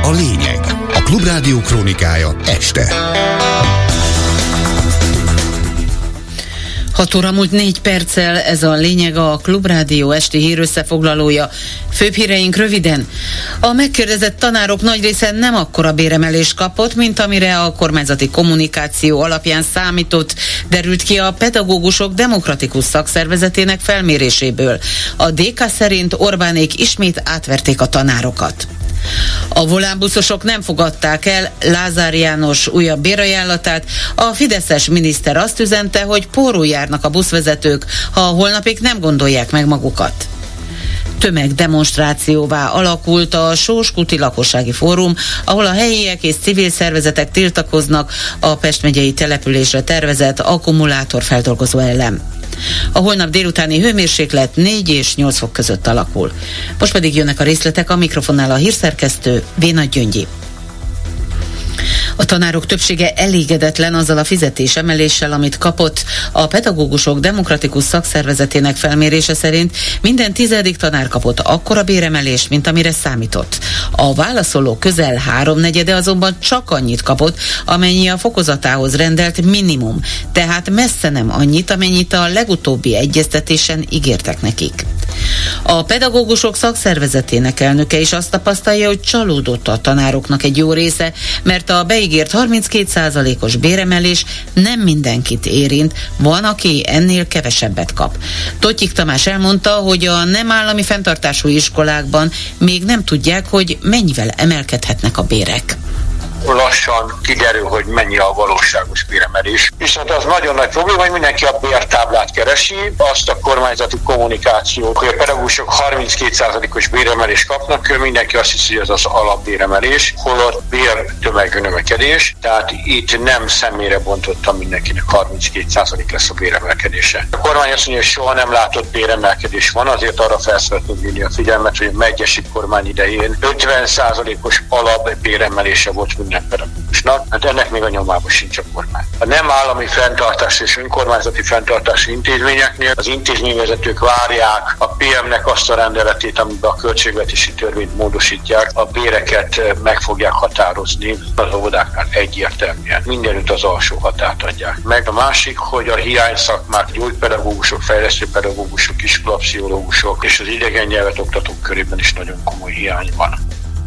a lényeg. A Klubrádió krónikája este. 6 óra múlt 4 perccel, ez a lényeg, a Klubrádió esti hírösszefoglalója. Főbb híreink röviden. A megkérdezett tanárok nagy része nem akkora béremelést kapott, mint amire a kormányzati kommunikáció alapján számított, derült ki a Pedagógusok Demokratikus Szakszervezetének felméréséből. A DK szerint Orbánék ismét átverték a tanárokat. A volánbuszosok nem fogadták el Lázár János újabb bérajánlatát. A fideszes miniszter azt üzente, hogy pórul járnak a buszvezetők, ha holnapig nem gondolják meg magukat. Tömegdemonstrációvá alakult a Sós-Kuti Lakossági Fórum, ahol a helyiek és civil szervezetek tiltakoznak a Pest megyei településre tervezett akkumulátorfeldolgozó ellen. A holnap délutáni hőmérséklet 4 és 8 fok között alakul. Most pedig jönnek a részletek, a mikrofonnál a hírszerkesztő Vénagy Gyöngyi. A tanárok többsége elégedetlen azzal a fizetésemeléssel, amit kapott. A Pedagógusok Demokratikus Szakszervezetének felmérése szerint minden 10. tanár kapott akkora béremelést, mint amire számított. A válaszolók közel 3/4 azonban csak annyit kapott, amennyi a fokozatához rendelt minimum, tehát messze nem annyit, amennyit a legutóbbi egyeztetésen ígértek nekik. A Pedagógusok Szakszervezetének elnöke is azt tapasztalja, hogy csalódott a tanároknak egy jó része, mert a beígért 32%-os béremelés nem mindenkit érint, van, aki ennél kevesebbet kap. Tottyik Tamás elmondta, hogy a nem állami fenntartású iskolákban még nem tudják, hogy mennyivel emelkedhetnek a bérek. Lassan kiderül, hogy mennyi a valóságos béremelés. Viszont az nagyon nagy probléma, hogy mindenki a bértáblát keresi, azt a kormányzati kommunikációt, hogy a pedagógusok 32%-os béremelést kapnak, mindenki azt hiszi, hogy ez az alapbéremelés, holott bértömegnövekedés, tehát itt nem személyre bontottan mindenkinek 32% lesz a béremelkedése. A kormány azt mondja, hogy soha nem látott béremelkedés van, azért arra fel szeretném vinni a figyelmet, hogy a Megyesi kormány idején 50%-os alapbéremelése volt minden pedagógusnak, hát ennek még a nyomában sincs a kormány. A nem állami fenntartás és önkormányzati fenntartási intézményeknél az intézményvezetők várják a PM-nek azt a rendeletét, amiben a költségvetési törvényt módosítják, a béreket meg fogják határozni az óvodáknál egyértelműen. Mindenütt az alsó határt adják meg. A másik, hogy a hiányszakmák, gyógypedagógusok, fejlesztőpedagógusok, iskolapszichológusok és az idegen nyelvet oktatók körében is nagyon komoly hiány van.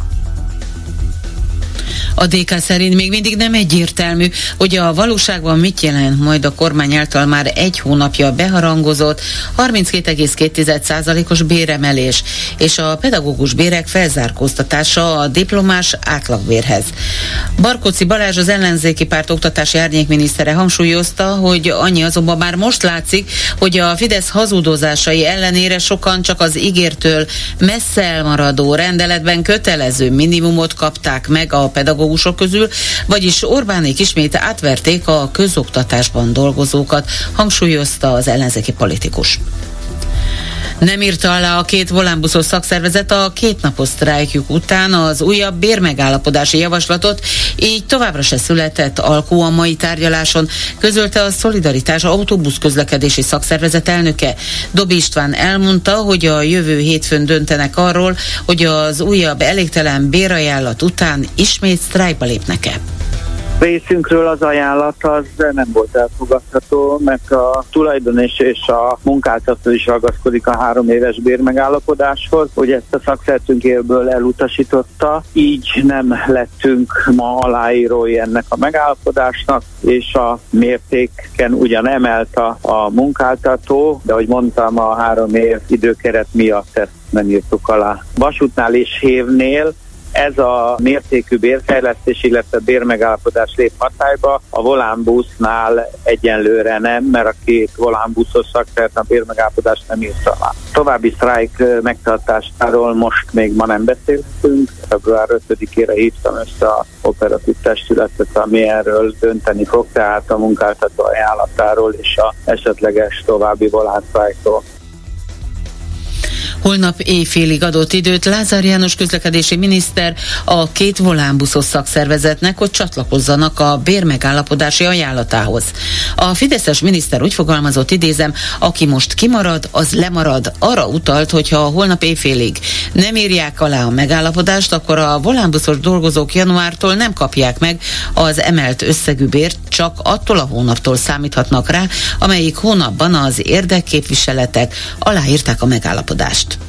A DK szerint még mindig nem egyértelmű, hogy a valóságban mit jelent majd a kormány által már egy hónapja beharangozott 32,2%-os béremelés és a pedagógus bérek felzárkóztatása a diplomás átlagbérhez. Barkóczy Balázs, az ellenzéki párt oktatási árnyékminisztere hangsúlyozta, hogy annyi azonban már most látszik, hogy a Fidesz hazudozásai ellenére sokan csak az ígértől messze elmaradó rendeletben kötelező minimumot kapták meg a pedagógusok közül, vagyis Orbánék ismét átverték a közoktatásban dolgozókat, hangsúlyozta az ellenzéki politikus. Nem írta alá a két volánbuszos szakszervezet a kétnapos sztrájkjuk után az újabb bérmegállapodási javaslatot, így továbbra se született alkú a mai tárgyaláson, közölte a Szolidaritás autóbuszközlekedési szakszervezet elnöke. Dobi István elmondta, hogy a jövő hétfőn döntenek arról, hogy az újabb elégtelen bérajánlat után ismét sztrájkba lépnek-e. Részünkről az ajánlat az nem volt elfogadható, mert a tulajdonos és a munkáltató is ragaszkodik a 3 éves bérmegállapodáshoz, hogy ezt a szakszervezetünk élből elutasította, így nem lettünk ma aláírói ennek a megállapodásnak, és a mértéken ugyan emelt a munkáltató, de ahogy mondtam, a 3 év időkeret miatt ezt nem írtuk alá. Vasútnál és Hévnél ez a mértékű bérfejlesztés, illetve bérmegállapodás lép hatályba, a volánbusznál egyenlőre nem, mert a két volánbuszos szakszervezet a bérmegállapodást nem írt alá. További sztrájk megtartásáról most még ma nem beszélhetünk. Február 5-ére hívtam össze a operatív testületet, ami erről dönteni fog, tehát a munkáltató ajánlatáról és a esetleges további volánsztrájkról. Holnap éjfélig adott időt Lázár János közlekedési miniszter a 2 volánbuszos szakszervezetnek, hogy csatlakozzanak a bérmegállapodási ajánlatához. A fideszes miniszter úgy fogalmazott, idézem, aki most kimarad, az lemarad. Arra utalt, hogy ha holnap éjfélig nem írják alá a megállapodást, akkor a volánbuszos dolgozók januártól nem kapják meg az emelt összegű bért, csak attól a hónaptól számíthatnak rá, amelyik hónapban az érdekképviseletek aláírták a megállapodást.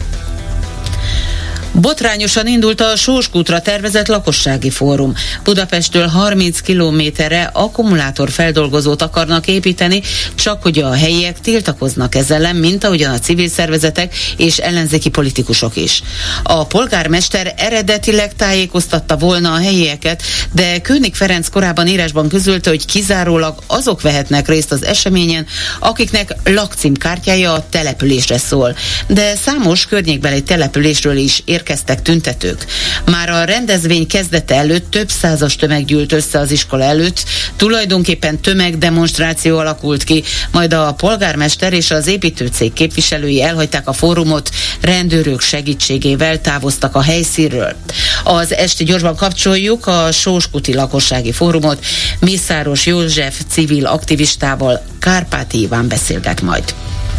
Botrányosan indult a Sóskútra tervezett lakossági fórum. Budapesttől 30 kilométerre akkumulátorfeldolgozót akarnak építeni, csak hogy a helyiek tiltakoznak ezzel, mint ahogyan a civil szervezetek és ellenzéki politikusok is. A polgármester eredetileg tájékoztatta volna a helyieket, de König Ferenc korábban írásban közölte, hogy kizárólag azok vehetnek részt az eseményen, akiknek lakcímkártyája a településre szól. De számos környékbeli településről is érkeztek tüntetők. Már a rendezvény kezdete előtt több százas tömeg gyűlt össze az iskola előtt, tulajdonképpen tömegdemonstráció alakult ki, majd a polgármester és az építőcég képviselői elhagyták a fórumot, rendőrök segítségével távoztak a helyszínről. Az esti gyorsban kapcsoljuk a Sóskuti lakossági fórumot, Mészáros József civil aktivistával, Kárpáti Iván beszélget majd.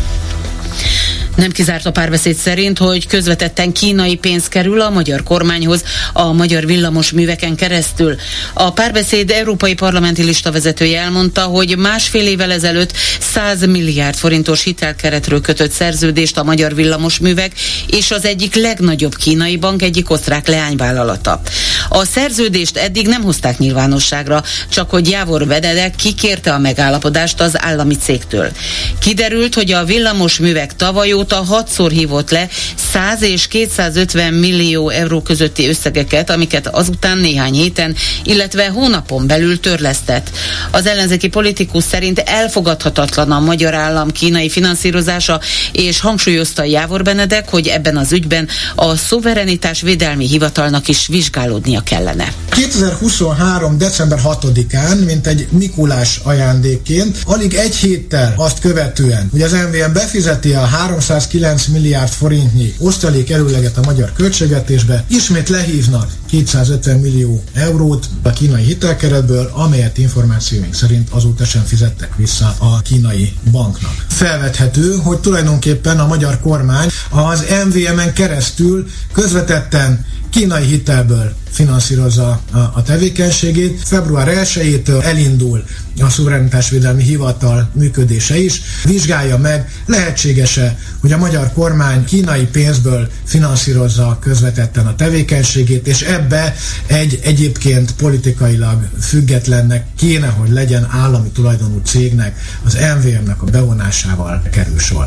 Nem kizárt a Párbeszéd szerint, hogy közvetetten kínai pénz kerül a magyar kormányhoz a magyar villamosműveken keresztül. A Párbeszéd európai parlamenti listavezetője elmondta, hogy másfél évvel ezelőtt 100 milliárd forintos hitelkeretről kötött szerződést a magyar villamosművek és az egyik legnagyobb kínai bank egyik osztrák leányvállalata. A szerződést eddig nem hozták nyilvánosságra, csak hogy Jávor Benedek kikérte a megállapodást az állami cégtől. Kiderült, hogy a villamosművek tavaly óta 6-szor hívott le 100 és 250 millió euró közötti összegeket, amiket azután néhány héten, illetve hónapon belül törlesztett. Az ellenzéki politikus szerint elfogadhatatlan a magyar állam kínai finanszírozása, és hangsúlyozta Jávor Benedek, hogy ebben az ügyben a Szuverenitás Védelmi Hivatalnak is vizsgálódnia kellene. 2023. december 6-án, mint egy Mikulás ajándékként, alig egy héttel azt követően, hogy az MVM befizeti a 309 milliárd forintnyi osztalék előleget a magyar költségvetésbe, ismét lehívnak 250 millió eurót a kínai hitelkeretből, amelyet információink szerint azóta sem fizettek vissza a kínai banknak. Felvethető, hogy tulajdonképpen a magyar kormány az MVM-en keresztül közvetetten kínai hitelből finanszírozza a tevékenységét. Február 1-től elindul a Szuverenitásvédelmi Hivatal működése is. Vizsgálja meg, lehetséges-e, hogy a magyar kormány kínai pénzből finanszírozza közvetetten a tevékenységét, és ebbe egy egyébként politikailag függetlennek kéne, hogy legyen állami tulajdonú cégnek, az MVM-nek a bevonásával kerül sor.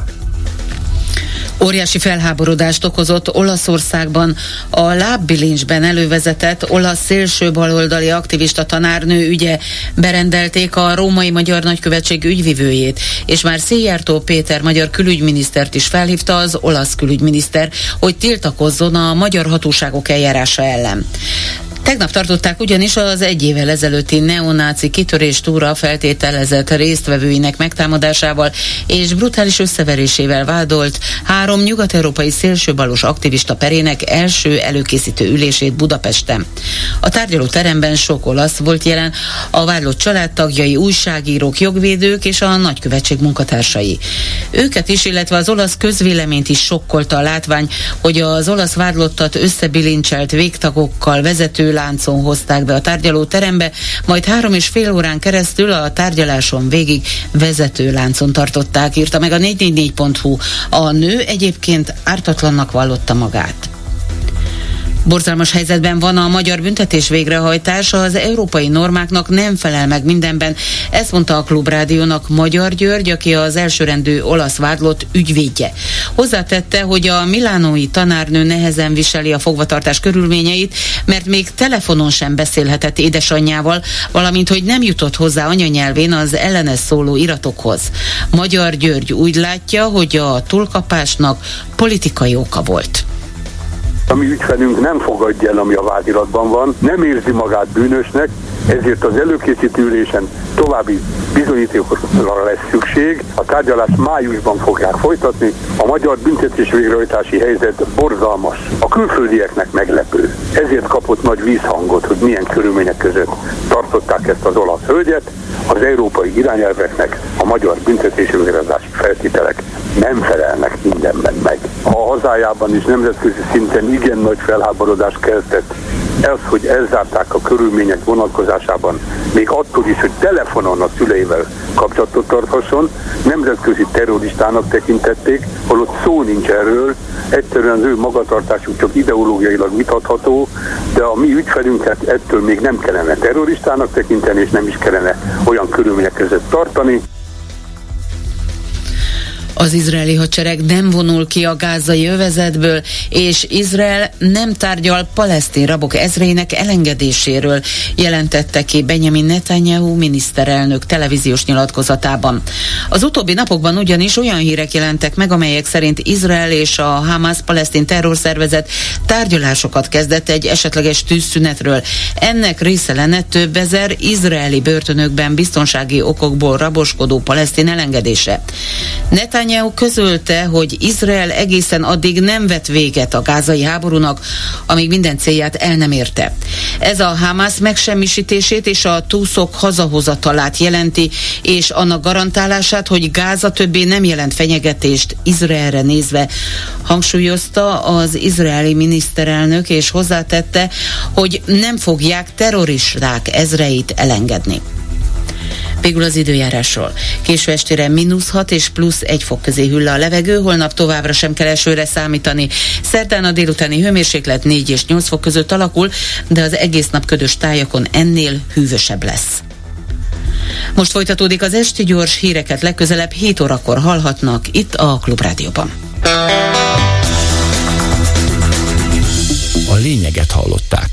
Óriási felháborodást okozott Olaszországban a lábbilincsben elővezetett olasz szélső baloldali aktivista tanárnő ügye. Berendelték a római magyar nagykövetség ügyvivőjét, és már Szijjártó Péter magyar külügyminisztert is felhívta az olasz külügyminiszter, hogy tiltakozzon a magyar hatóságok eljárása ellen. Tegnap tartották ugyanis az egy évvel ezelőtti neonáci kitörés-túra feltételezett résztvevőinek megtámadásával és brutális összeverésével vádolt 3 nyugat-európai szélsőbalos aktivista perének első előkészítő ülését Budapesten. A tárgyalóteremben sok olasz volt jelen, a vádlott családtagjai, újságírók, jogvédők és a nagykövetség munkatársai. Őket is, illetve az olasz közvéleményt is sokkolta a látvány, hogy az olasz vádlottat összebilincselt végtagokkal vezető láncon hozták be a tárgyalóterembe, majd 3,5 órán keresztül a tárgyaláson végig vezető láncon tartották, írta meg a 444.hu. A nő egyébként ártatlannak vallotta magát. Borzalmas helyzetben van a magyar büntetés végrehajtása, az európai normáknak nem felel meg mindenben. Ezt mondta a Klubrádiónak Magyar György, aki az elsőrendű olasz vádlott ügyvédje. Hozzátette, hogy a milánói tanárnő nehezen viseli a fogvatartás körülményeit, mert még telefonon sem beszélhetett édesanyjával, valamint hogy nem jutott hozzá anyanyelvén az ellene szóló iratokhoz. Magyar György úgy látja, hogy a túlkapásnak politikai oka volt. A mi ügyfelünk nem fogadja el, ami a vádiratban van, nem érzi magát bűnösnek, ezért az előkészítő ülésen további bizonyítékokra lesz szükség. A tárgyalást májusban fogják folytatni. A magyar büntetés végrehajtási helyzet borzalmas. A külföldieknek meglepő. Ezért kapott nagy vízhangot, hogy milyen körülmények között tartották ezt az olasz hölgyet. Az európai irányelveknek a magyar büntetés végrehajtási feltételek nem felelnek mindenben meg. A hazájában is nemzetközi szinten igen nagy felháborodást keltett ez, hogy elzárták a körülmények vonatkozásában, még attól is, hogy telefonon a szüleivel kapcsolatot tarthasson, nemzetközi terroristának tekintették, holott szó nincs erről, egyszerűen az ő magatartásuk csak ideológiailag vitatható, de a mi ügyfelünket ettől még nem kellene terroristának tekinteni, és nem is kellene olyan körülmények között tartani. Az izraeli hadsereg nem vonul ki a gázai övezetből, és Izrael nem tárgyal palesztin rabok ezreinek elengedéséről, jelentette ki Benjamin Netanyahu miniszterelnök televíziós nyilatkozatában. Az utóbbi napokban ugyanis olyan hírek jelentek meg, amelyek szerint Izrael és a Hamas palesztin terrorszervezet tárgyalásokat kezdett egy esetleges tűzszünetről. Ennek része lenne több ezer izraeli börtönökben biztonsági okokból raboskodó palesztin elengedése. Netanyahu közölte, hogy Izrael egészen addig nem vet véget a gázai háborúnak, amíg minden célját el nem érte. Ez a Hamas megsemmisítését és a túszok hazahozatalát jelenti, és annak garantálását, hogy Gáza többé nem jelent fenyegetést Izraelre nézve, hangsúlyozta az izraeli miniszterelnök, és hozzátette, hogy nem fogják terroristák ezreit elengedni. Végül az időjárásról. Késő estére -6 és +1 fok közé hűl a levegő, holnap továbbra sem kell esőre számítani. Szerdán a délutáni hőmérséklet 4 és 8 fok között alakul, de az egész nap ködös tájakon ennél hűvösebb lesz. Most folytatódik az esti gyors híreket, legközelebb 7 órakor hallhatnak itt a Klubrádióban. A lényeget hallották.